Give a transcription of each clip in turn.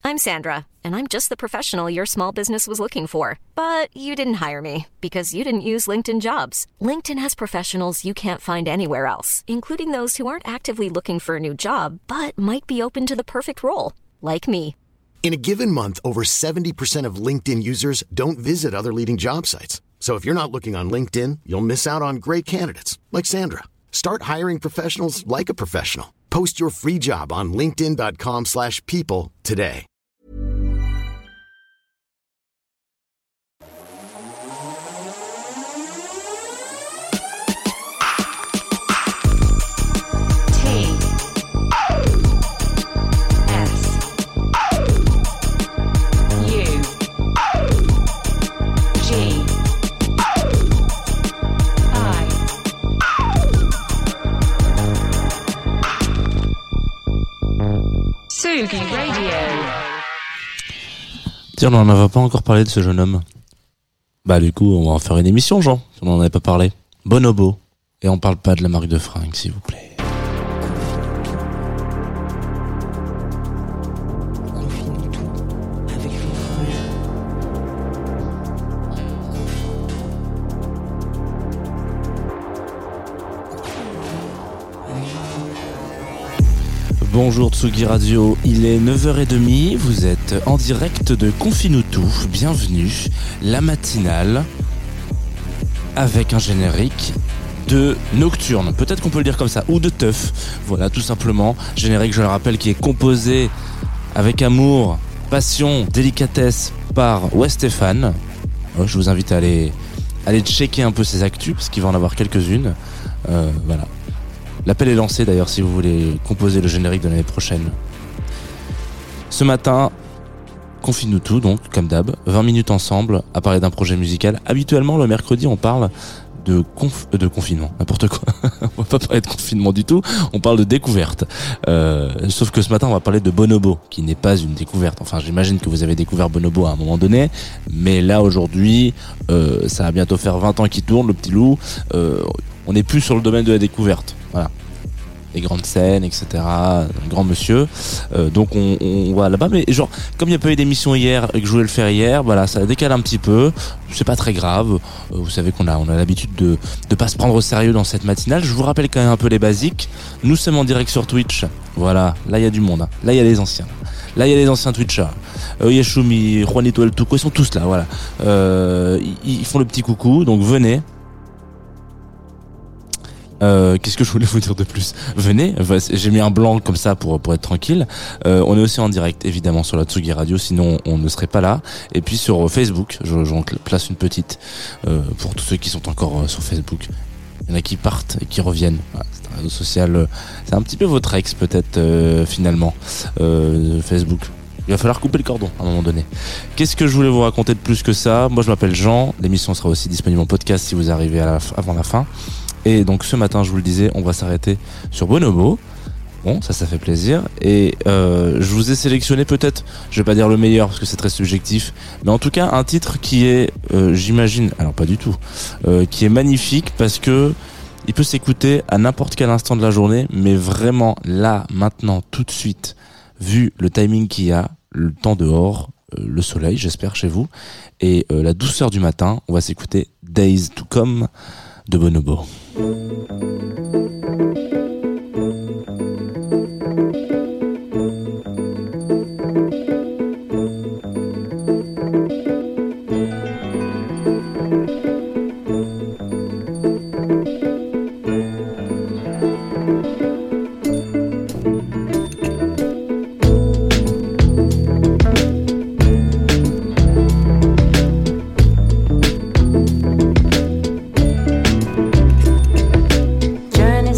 I'm Sandra, and I'm just the professional your small business was looking for. But you didn't hire me because you didn't use LinkedIn Jobs. LinkedIn has professionals you can't find anywhere else, including those who aren't actively looking for a new job, but might be open to the perfect role, like me. In a given month, over 70% of LinkedIn users don't visit other leading job sites. So if you're not looking on LinkedIn, you'll miss out on great candidates like Sandra. Start hiring professionals like a professional. Post your free job on linkedin.com/people today. Tsugi Radio. Tiens, on n'en avait pas encore parlé de ce jeune homme. Bah du coup, on va en faire une émission, Jean, si on n'en avait pas parlé. Bonobo. Et on parle pas de la marque de fringues, s'il vous plaît. Bonjour Tsugi Radio, il est 9h30, vous êtes en direct de Confine-nous tout, bienvenue, la matinale, avec un générique de Nocturne, peut-être qu'on peut le dire comme ça, ou de Teuf, voilà tout simplement, générique je le rappelle qui est composé avec amour, passion, délicatesse par Wes Stéphane. Je vous invite à aller checker un peu ses actus, parce qu'il va en avoir quelques-unes, voilà. L'appel est lancé d'ailleurs si vous voulez composer le générique de l'année prochaine. Ce matin, confine-nous tout, donc comme d'hab, 20 minutes ensemble à parler d'un projet musical. Habituellement le mercredi on parle de confinement, n'importe quoi. On va pas parler de confinement du tout, on parle de découverte. Sauf que ce matin on va parler de Bonobo, qui n'est pas une découverte. Enfin j'imagine que vous avez découvert Bonobo à un moment donné, mais là aujourd'hui, ça va bientôt faire 20 ans qu'il tourne, le petit loup. On n'est plus sur le domaine de la découverte. Voilà. Les grandes scènes, etc. Grand monsieur. Donc on va là-bas. Mais genre, comme il n'y a pas eu d'émission hier et que je voulais le faire hier, voilà, ça décale un petit peu. C'est pas très grave. Vous savez qu'on a l'habitude de pas se prendre au sérieux dans cette matinale. Je vous rappelle quand même un peu les basiques. Nous sommes en direct sur Twitch. Voilà. Là, il y a du monde. Hein. Là, il y a les anciens. Là, il y a les anciens Twitchers. Yashumi, Juanito El Tuco, ils sont tous là. Voilà. Ils font le petit coucou. Donc venez. Qu'est-ce que je voulais vous dire de plus? Venez, j'ai mis un blanc comme ça pour être tranquille. On est aussi en direct évidemment sur la Tsugi Radio, sinon on ne serait pas là. Et puis sur Facebook, j'en place une petite pour tous ceux qui sont encore sur Facebook. Il y en a qui partent et qui reviennent. Voilà, c'est un réseau social, c'est un petit peu votre ex peut-être finalement. Facebook. Il va falloir couper le cordon à un moment donné. Qu'est-ce que je voulais vous raconter de plus que ça? Moi je m'appelle Jean, l'émission sera aussi disponible en podcast si vous arrivez avant la fin. Et donc ce matin, je vous le disais, on va s'arrêter sur Bonobo. Bon, ça fait plaisir. Et je vous ai sélectionné peut-être, je vais pas dire le meilleur parce que c'est très subjectif, mais en tout cas un titre qui est, j'imagine, alors pas du tout, qui est magnifique parce que il peut s'écouter à n'importe quel instant de la journée, mais vraiment là, maintenant, tout de suite, vu le timing qu'il y a, le temps dehors, le soleil, j'espère chez vous, et la douceur du matin, on va s'écouter Days to Come de Bonobo. Journey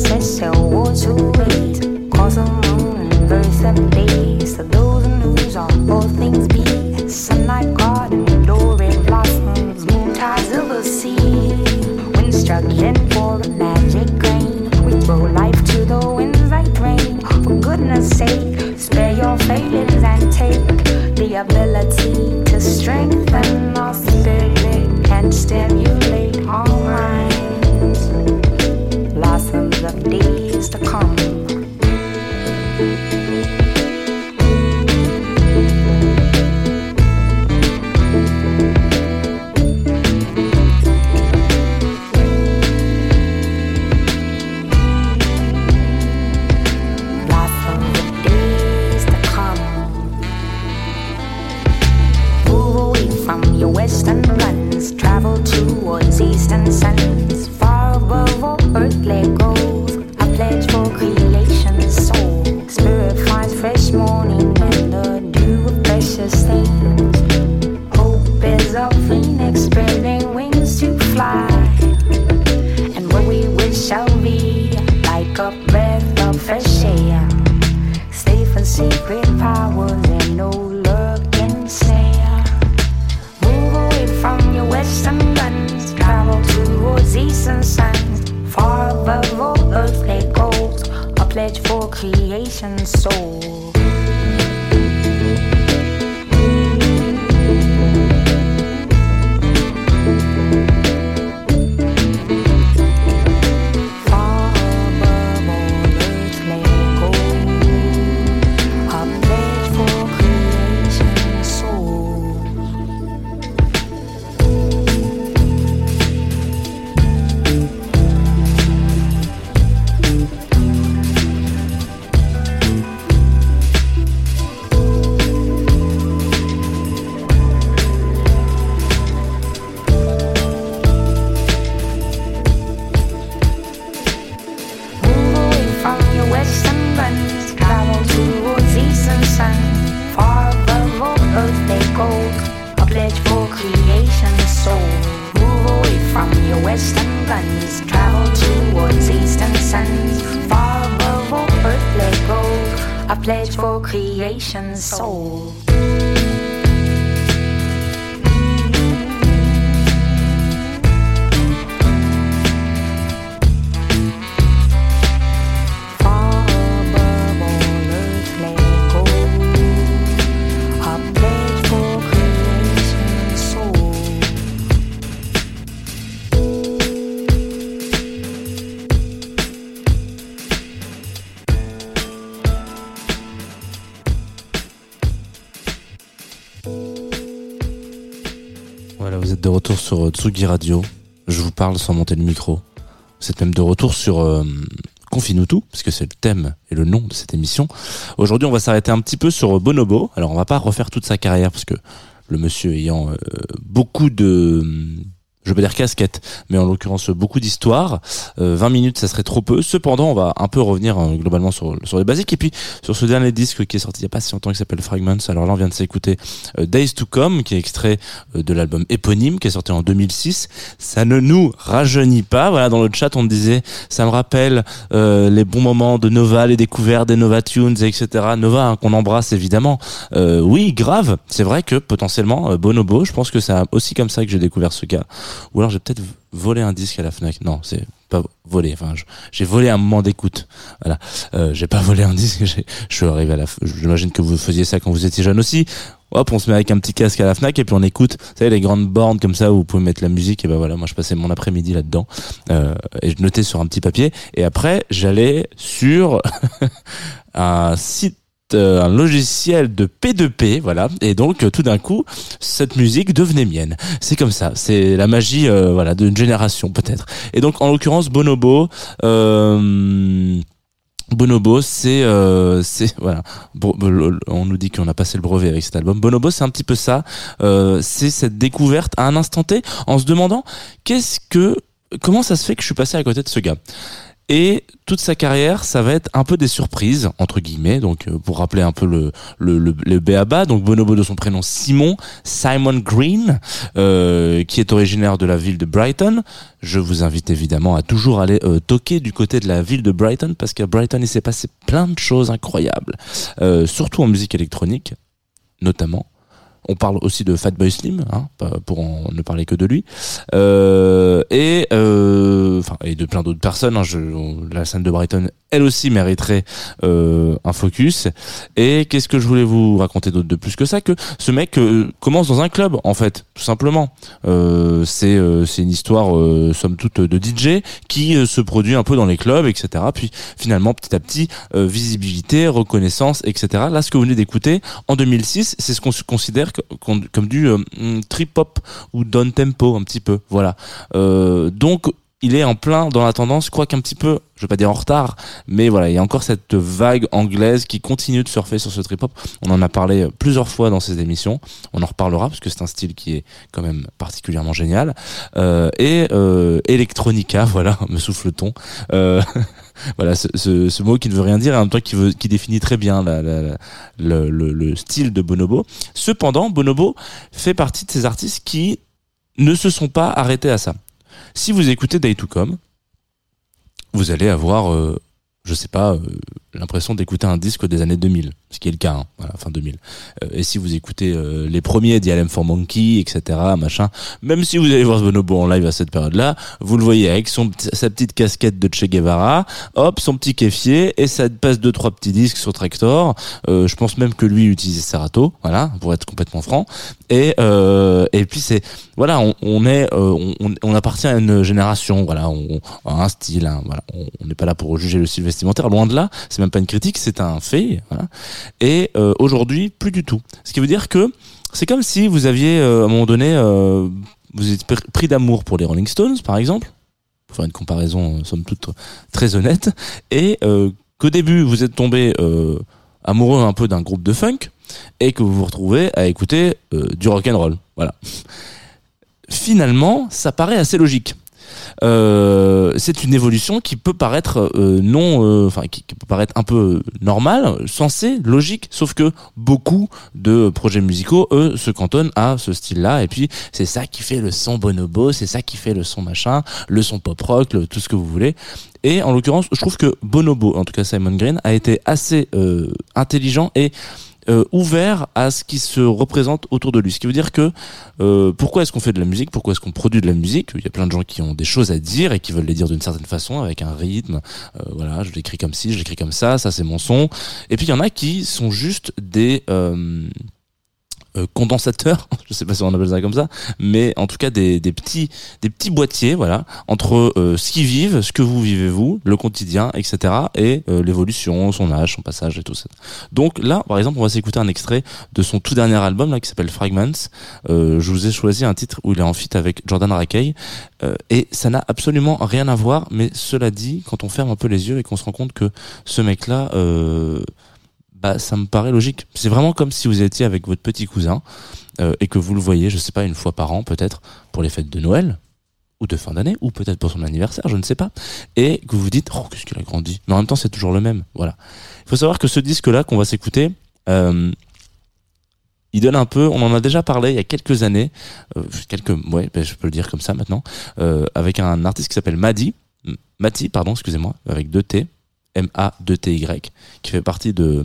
towards eastern suns. Far above all earthly goals, I pledge for creation's soul. Spirit finds fresh morning and the dew of precious things. Hope is a phoenix spreading wings to fly. And what we wish shall be like a breath of fresh air. Stay for secret powers and no luck can snare. Move away from your western guns. Travel towards eastern suns. Far above all earthly goals, a pledge for creation's soul. Pledge for creation's soul. Voilà, vous êtes de retour sur Tsugi Radio. Je vous parle sans monter le micro. Vous êtes même de retour sur Confine-nous tout, parce que c'est le thème et le nom de cette émission. Aujourd'hui, on va s'arrêter un petit peu sur Bonobo. Alors, on va pas refaire toute sa carrière, parce que le monsieur ayant beaucoup de... je veux dire casquette, mais en l'occurrence beaucoup d'histoires. 20 minutes, ça serait trop peu. Cependant, on va un peu revenir globalement sur les basiques. Et puis, sur ce dernier disque qui est sorti il y a pas si longtemps, qui s'appelle Fragments. Alors là, on vient de s'écouter Days to Come, qui est extrait de l'album éponyme, qui est sorti en 2006. Ça ne nous rajeunit pas. Voilà, dans le chat, on me disait, ça me rappelle les bons moments de Nova, les découvertes des Nova Tunes, etc. Nova, hein, qu'on embrasse évidemment. Oui, grave. C'est vrai que potentiellement, Bonobo, je pense que c'est aussi comme ça que j'ai découvert ce gars. Ou alors j'ai peut-être volé un disque à la Fnac. Non, c'est pas volé. Enfin, j'ai volé un moment d'écoute. Voilà. J'ai pas volé un disque. Je suis arrivé à la. J'imagine que vous faisiez ça quand vous étiez jeune aussi. Hop, on se met avec un petit casque à la Fnac et puis on écoute. Vous savez, les grandes bornes comme ça où vous pouvez mettre la musique. Et ben voilà, moi je passais mon après-midi là-dedans et je notais sur un petit papier. Et après, j'allais sur un site, un logiciel de P2P, voilà, et donc tout d'un coup cette musique devenait mienne. C'est comme ça, c'est la magie voilà, d'une génération peut-être. Et donc en l'occurrence Bonobo, c'est voilà, on nous dit qu'on a passé le brevet avec cet album. Bonobo, c'est un petit peu ça, c'est cette découverte à un instant T en se demandant comment ça se fait que je suis passé à côté de ce gars. Et toute sa carrière, ça va être un peu des surprises, entre guillemets. Donc, pour rappeler un peu le b.a.-ba, donc Bonobo de son prénom Simon Green, qui est originaire de la ville de Brighton. Je vous invite évidemment à toujours aller toquer du côté de la ville de Brighton, parce qu'à Brighton, il s'est passé plein de choses incroyables, surtout en musique électronique, notamment. On parle aussi de Fatboy Slim, hein, pour en ne parler que de lui, et de plein d'autres personnes. Hein, la scène de Brighton, elle aussi mériterait un focus. Et qu'est-ce que je voulais vous raconter d'autre de plus que ça, que ce mec commence dans un club, en fait, tout simplement. C'est une histoire somme toute de DJ qui se produit un peu dans les clubs, etc. Puis finalement, petit à petit, visibilité, reconnaissance, etc. Là, ce que vous venez d'écouter en 2006, c'est ce qu'on considère comme du trip hop ou down tempo un petit peu, voilà. Donc il est en plein dans la tendance, quoique un petit peu, je vais pas dire en retard, mais voilà, il y a encore cette vague anglaise qui continue de surfer sur ce trip-hop. On en a parlé plusieurs fois dans ces émissions, on en reparlera parce que c'est un style qui est quand même particulièrement génial. Et electronica, voilà, me souffle-t-on. Voilà, ce mot qui ne veut rien dire et en même temps qui définit très bien le style de Bonobo. Cependant, Bonobo fait partie de ces artistes qui ne se sont pas arrêtés à ça. Si vous écoutez Day to Come, vous allez avoir, je sais pas, l'impression d'écouter un disque des années 2000, ce qui est le cas, hein, voilà, fin 2000. Et si vous écoutez les premiers d'I.L.M. for Monkey, etc., machin, même si vous allez voir Bonobo en live à cette période-là, vous le voyez avec sa petite casquette de Che Guevara, hop, son petit kéfier, et ça passe 2-3 petits disques sur Tractor. Je pense même que lui utilisait Serato, voilà, pour être complètement franc. Et puis c'est, voilà, on appartient à une génération, voilà, à un style, hein, voilà, on n'est pas là pour juger le style vestimentaire, loin de là. C'est même pas une critique, c'est un fait, voilà. Et aujourd'hui, plus du tout. Ce qui veut dire que c'est comme si vous aviez à un moment donné, vous êtes pris d'amour pour les Rolling Stones, par exemple, pour faire une comparaison somme toute très honnête, et qu'au début vous êtes tombé amoureux un peu d'un groupe de funk, et que vous vous retrouvez à écouter du rock'n'roll, voilà. Finalement, ça paraît assez logique. C'est une évolution qui peut paraître qui peut paraître un peu normale, sensée, logique, sauf que beaucoup de projets musicaux, eux, se cantonnent à ce style-là, et puis c'est ça qui fait le son Bonobo, c'est ça qui fait le son machin, le son pop rock, tout ce que vous voulez. Et en l'occurrence, je trouve que Bonobo, en tout cas Simon Green, a été assez intelligent et ouvert à ce qui se représente autour de lui. Ce qui veut dire que pourquoi est-ce qu'on fait de la musique, pourquoi est-ce qu'on produit de la musique? Il y a plein de gens qui ont des choses à dire et qui veulent les dire d'une certaine façon, avec un rythme. Voilà, je l'écris comme ci, je l'écris comme ça c'est mon son. Et puis il y en a qui sont juste des condensateurs, je sais pas si on appelle ça comme ça, mais en tout cas des petits boîtiers, voilà, entre ce qu'ils vivent, ce que vous vivez vous, le quotidien, etc., et l'évolution, son âge, son passage et tout ça. Donc là, par exemple, on va s'écouter un extrait de son tout dernier album là qui s'appelle Fragments. Je vous ai choisi un titre où il est en feat avec Jordan Rakei, et ça n'a absolument rien à voir, mais cela dit, quand on ferme un peu les yeux et qu'on se rend compte que ce mec-là ça me paraît logique. C'est vraiment comme si vous étiez avec votre petit cousin et que vous le voyez, je sais pas, une fois par an peut-être, pour les fêtes de Noël ou de fin d'année, ou peut-être pour son anniversaire, je ne sais pas, et que vous vous dites, oh, qu'est-ce qu'il a grandi. Mais en même temps, c'est toujours le même. Voilà. Il faut savoir que ce disque-là qu'on va s'écouter, il donne un peu, on en a déjà parlé il y a quelques années, je peux le dire comme ça maintenant, avec un artiste qui s'appelle Mati, excusez-moi, avec 2 T, M-A-2-T-Y, qui fait partie de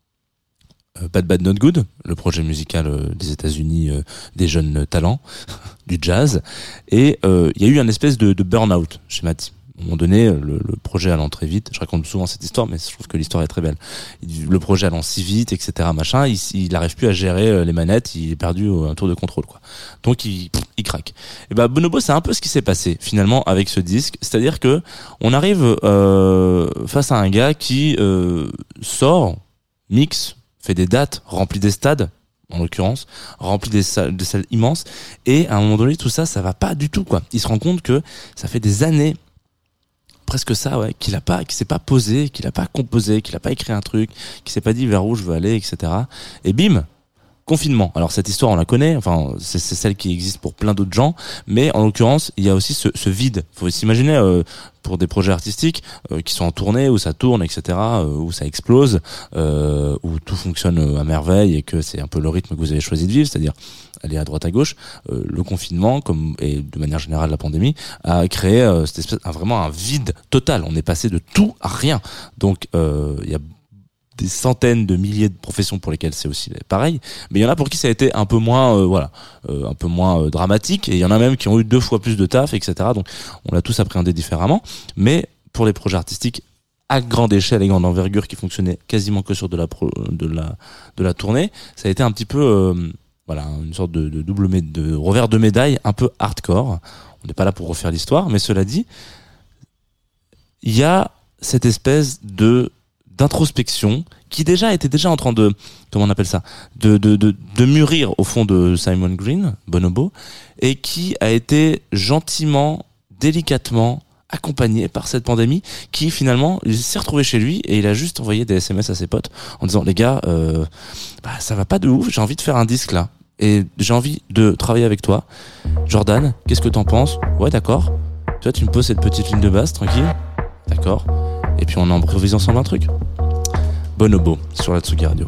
Bad Bad Not Good, le projet musical des États-Unis des jeunes talents du jazz, et il y a eu une espèce de burn-out chez Mati. À un moment donné, le projet allant très vite, je raconte souvent cette histoire, mais je trouve que l'histoire est très belle. Le projet allant si vite, etc., machin, il arrive plus à gérer les manettes, il est perdu un tour de contrôle, quoi. Donc il craque. Et Bonobo, c'est un peu ce qui s'est passé finalement avec ce disque, c'est-à-dire que on arrive face à un gars qui sort, mixe, fait des dates, remplit des stades, en l'occurrence, remplit des salles immenses, et à un moment donné, tout ça, ça va pas du tout, quoi. Il se rend compte que ça fait des années, presque ça, ouais, qu'il s'est pas posé, qu'il a pas composé, qu'il a pas écrit un truc, qu'il s'est pas dit vers où je veux aller, etc. Et bim, confinement. Alors cette histoire, on la connaît, enfin c'est celle qui existe pour plein d'autres gens, mais en l'occurrence, il y a aussi ce vide. Faut s'imaginer pour des projets artistiques qui sont en tournée, où ça tourne, etc., où ça explose, où tout fonctionne à merveille et que c'est un peu le rythme que vous avez choisi de vivre, c'est-à-dire aller à droite à gauche. Le confinement, et de manière générale la pandémie, a créé cette espèce, vraiment un vide total. On est passé de tout à rien. Donc il y a des centaines de milliers de professions pour lesquelles c'est aussi pareil, mais il y en a pour qui ça a été un peu moins un peu moins dramatique, et il y en a même qui ont eu 2 fois plus de taf, etc. Donc on l'a tous appréhendé différemment, mais pour les projets artistiques à grande échelle et grande envergure qui fonctionnaient quasiment que sur de la tournée, ça a été un petit peu une sorte de revers de médaille un peu hardcore. On n'est pas là pour refaire l'histoire, mais cela dit, il y a cette espèce d'introspection qui était déjà en train de, comment on appelle ça, de mûrir au fond de Simon Green, Bonobo, et qui a été gentiment délicatement accompagné par cette pandémie, qui finalement il s'est retrouvé chez lui et il a juste envoyé des SMS à ses potes en disant les gars ça va pas de ouf, j'ai envie de faire un disque là et j'ai envie de travailler avec toi. Jordan, qu'est-ce que t'en penses? Ouais, d'accord. Toi tu me poses cette petite ligne de basse tranquille, d'accord, et puis on improvise ensemble un truc. Bonobo sur la Tsugi Radio.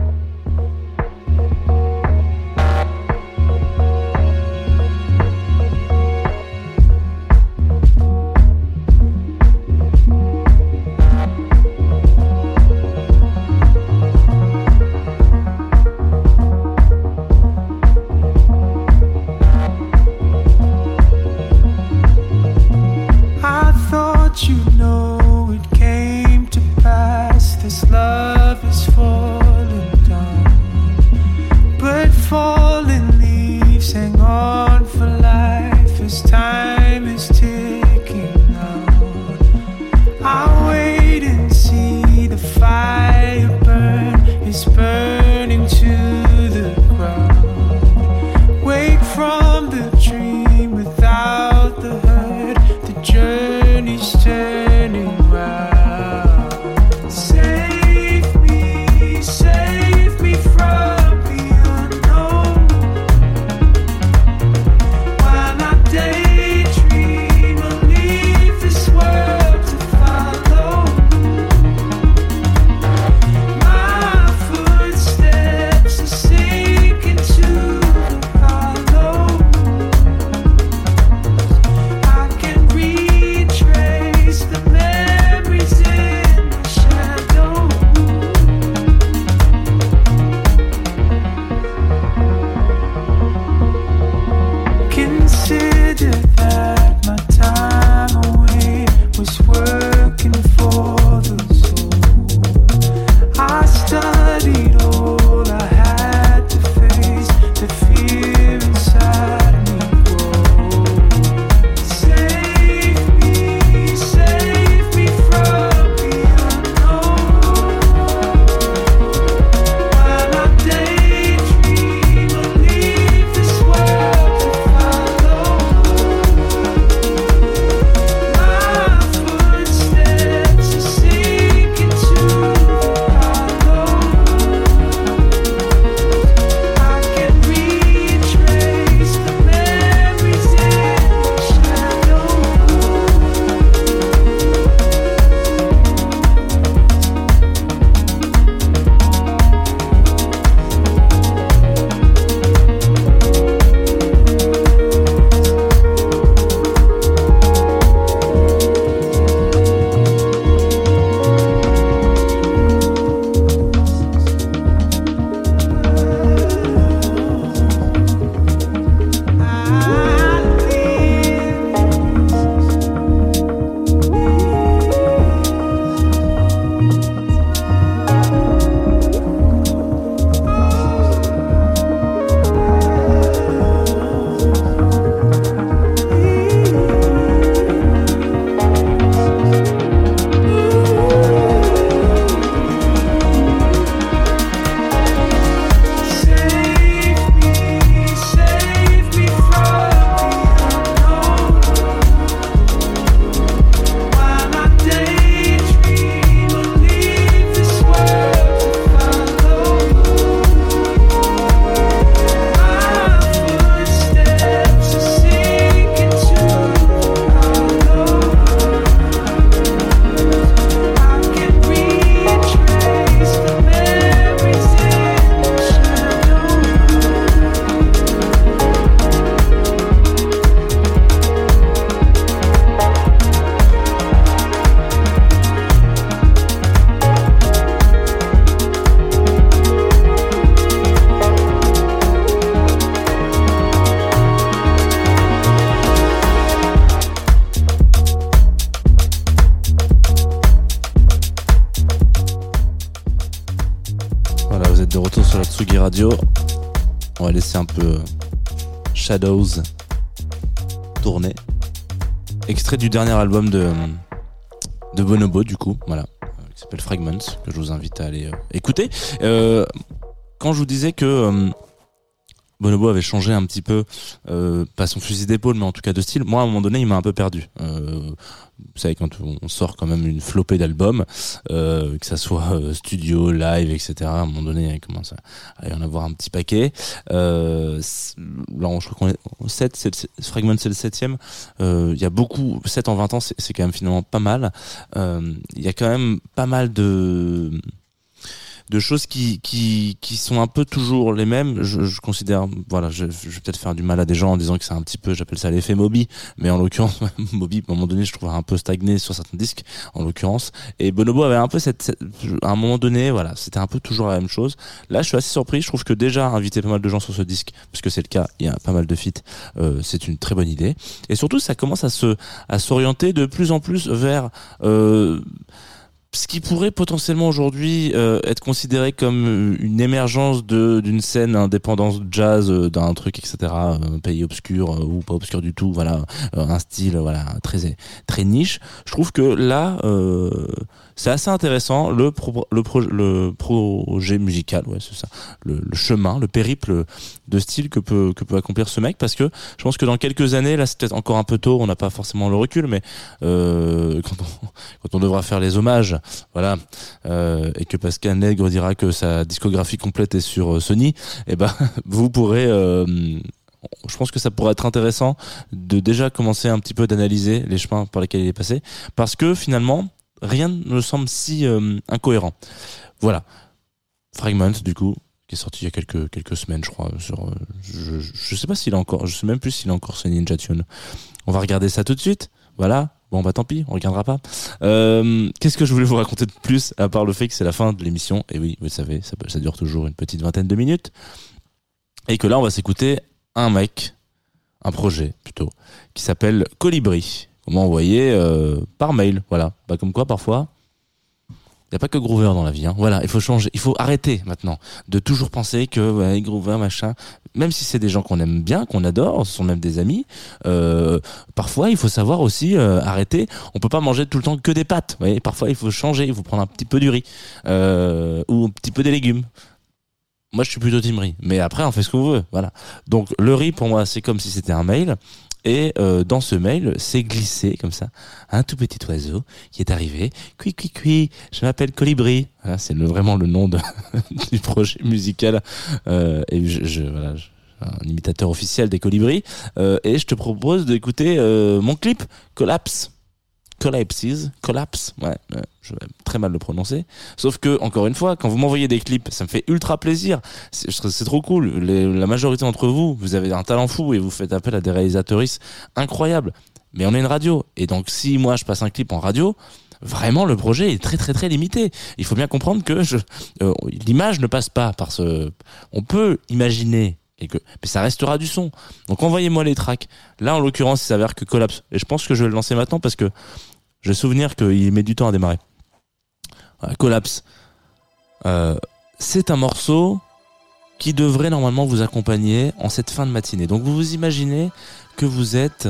Tsugi Radio. On va laisser un peu Shadows tourner. Extrait du dernier album de Bonobo, du coup, voilà, qui s'appelle Fragments, que je vous invite à aller écouter. Quand je vous disais que Bonobo avait changé un petit peu, pas son fusil d'épaule, mais en tout cas de style. Moi, à un moment donné, il m'a un peu perdu. Vous savez, quand on sort quand même une flopée d'albums, que ça soit studio, live, etc. À un moment donné, il commence à y en avoir un petit paquet. Là, je crois qu'on est 7, Fragment, c'est le 7e. Il y a beaucoup, 7 en 20 ans, c'est quand même finalement pas mal. Il y a quand même pas mal de choses qui sont un peu toujours les mêmes. Je considère, voilà, je vais peut-être faire du mal à des gens en disant que c'est un petit peu, j'appelle ça l'effet Moby, mais en l'occurrence Moby, à un moment donné, je trouve un peu stagné sur certains disques, en l'occurrence, et Bonobo avait un peu à un moment donné, voilà, c'était un peu toujours la même chose. Là, je suis assez surpris, je trouve que déjà inviter pas mal de gens sur ce disque, parce que c'est le cas, il y a pas mal de feats, c'est une très bonne idée, et surtout ça commence à s'orienter de plus en plus vers ce qui pourrait potentiellement aujourd'hui être considéré comme une émergence d'une scène indépendante jazz, d'un truc, etc., un pays obscur ou pas obscur du tout, voilà, un style, voilà, très très niche. Je trouve que là, c'est assez intéressant le projet musical, ouais, c'est ça, le chemin, le périple de style que peut accomplir ce mec, parce que je pense que dans quelques années, là, c'est peut-être encore un peu tôt, on n'a pas forcément le recul, mais quand on devra faire les hommages, voilà, et que Pascal Nègre dira que sa discographie complète est sur Sony, et ben vous pourrez, je pense que ça pourrait être intéressant de déjà commencer un petit peu d'analyser les chemins par lesquels il est passé, parce que finalement rien ne me semble si incohérent. Voilà, Fragment, du coup, qui est sorti il y a quelques semaines, je crois, sur je sais pas s'il est encore, je sais même plus s'il est encore sur Ninja Tune. On va regarder ça tout de suite. Voilà. Bon bah tant pis, on regardera pas. Qu'est-ce que je voulais vous raconter de plus, à part le fait que c'est la fin de l'émission, et oui, vous savez, ça dure toujours une petite vingtaine de minutes, et que là on va s'écouter un projet plutôt, qui s'appelle Colibri, qu'on m'a envoyé par mail, voilà. Bah comme quoi parfois, il n'y a pas que Groover dans la vie, hein. Voilà, il faut changer, il faut arrêter maintenant de toujours penser que ouais, Groover, machin, même si c'est des gens qu'on aime bien, qu'on adore, ce sont même des amis, parfois il faut savoir aussi arrêter. On peut pas manger tout le temps que des pâtes, vous voyez, parfois il faut changer, il faut prendre un petit peu du riz ou un petit peu des légumes. Moi je suis plutôt team riz, mais après on fait ce qu'on veut, voilà. Donc le riz pour moi c'est comme si c'était un mail. Et dans ce mail, c'est glissé comme ça un tout petit oiseau qui est arrivé. Cui cui cui, je m'appelle Colibri. Voilà, c'est vraiment le nom du projet musical. Et voilà, un imitateur officiel des Colibris. Et je te propose d'écouter mon clip Collapse. Collapse, ouais, je vais très mal le prononcer. Sauf que, encore une fois, quand vous m'envoyez des clips, ça me fait ultra plaisir. C'est trop cool. La majorité d'entre vous, vous avez un talent fou et vous faites appel à des réalisatrices incroyables. Mais on est une radio. Et donc, si moi, je passe un clip en radio, vraiment, le projet est très, très, très limité. Il faut bien comprendre que l'image ne passe pas par on peut imaginer mais ça restera du son. Donc envoyez-moi les tracks. Là en l'occurrence il s'avère que Collapse, et je pense que je vais le lancer maintenant parce que j'ai souvenir qu'il met du temps à démarrer. Voilà, Collapse, c'est un morceau qui devrait normalement vous accompagner en cette fin de matinée. Donc vous vous imaginez que vous êtes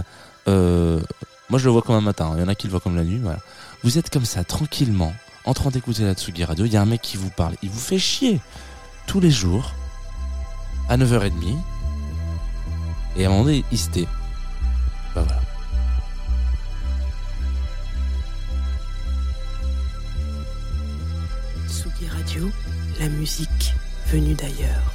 moi je le vois comme un matin, il y en a qui le voient comme la nuit, voilà. Vous êtes comme ça tranquillement en train d'écouter la Tsugi Radio, il y a un mec qui vous parle, il vous fait chier tous les jours à 9h30, et à un moment donné, il se tait. Bah voilà. Tsugi Radio, la musique venue d'ailleurs.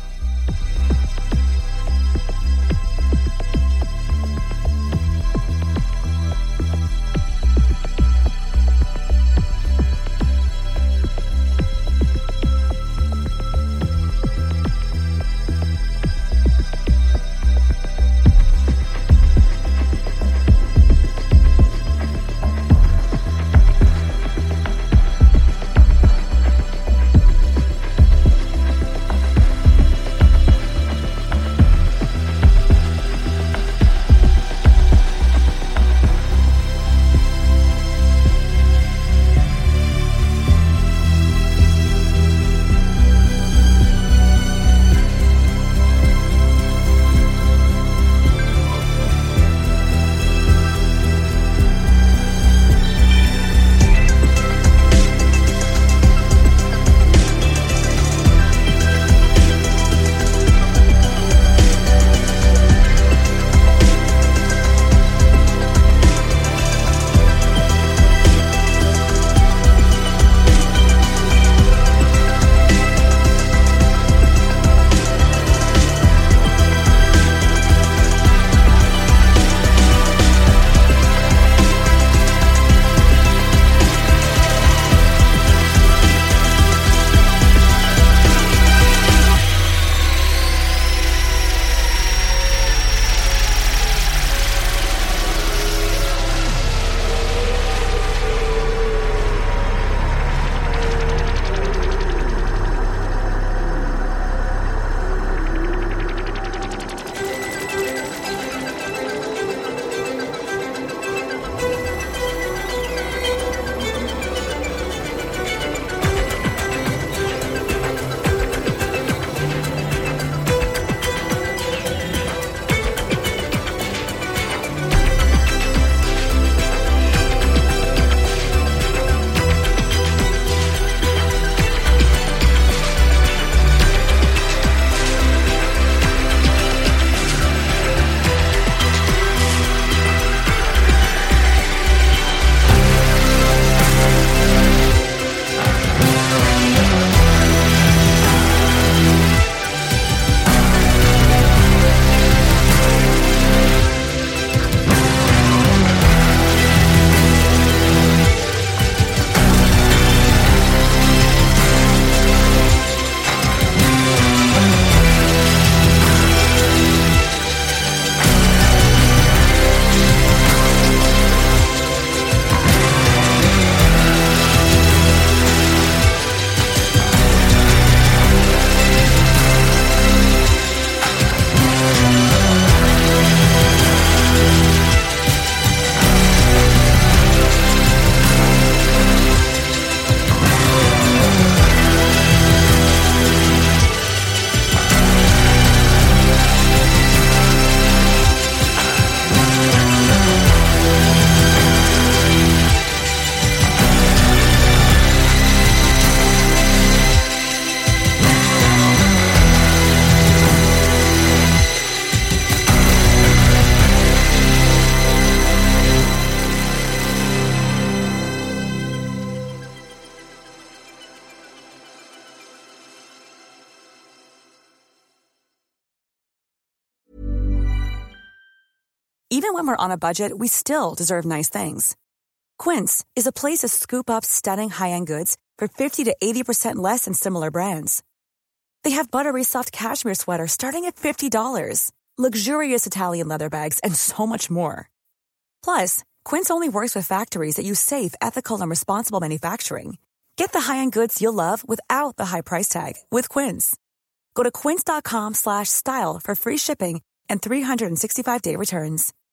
Even when we're on a budget, we still deserve nice things. Quince is a place to scoop up stunning high-end goods for 50 to 80% less than similar brands. They have buttery soft cashmere sweaters starting at $50, luxurious Italian leather bags, and so much more. Plus, Quince only works with factories that use safe, ethical, and responsible manufacturing. Get the high-end goods you'll love without the high price tag with Quince. Go to quince.com/style for free shipping and 365-day returns.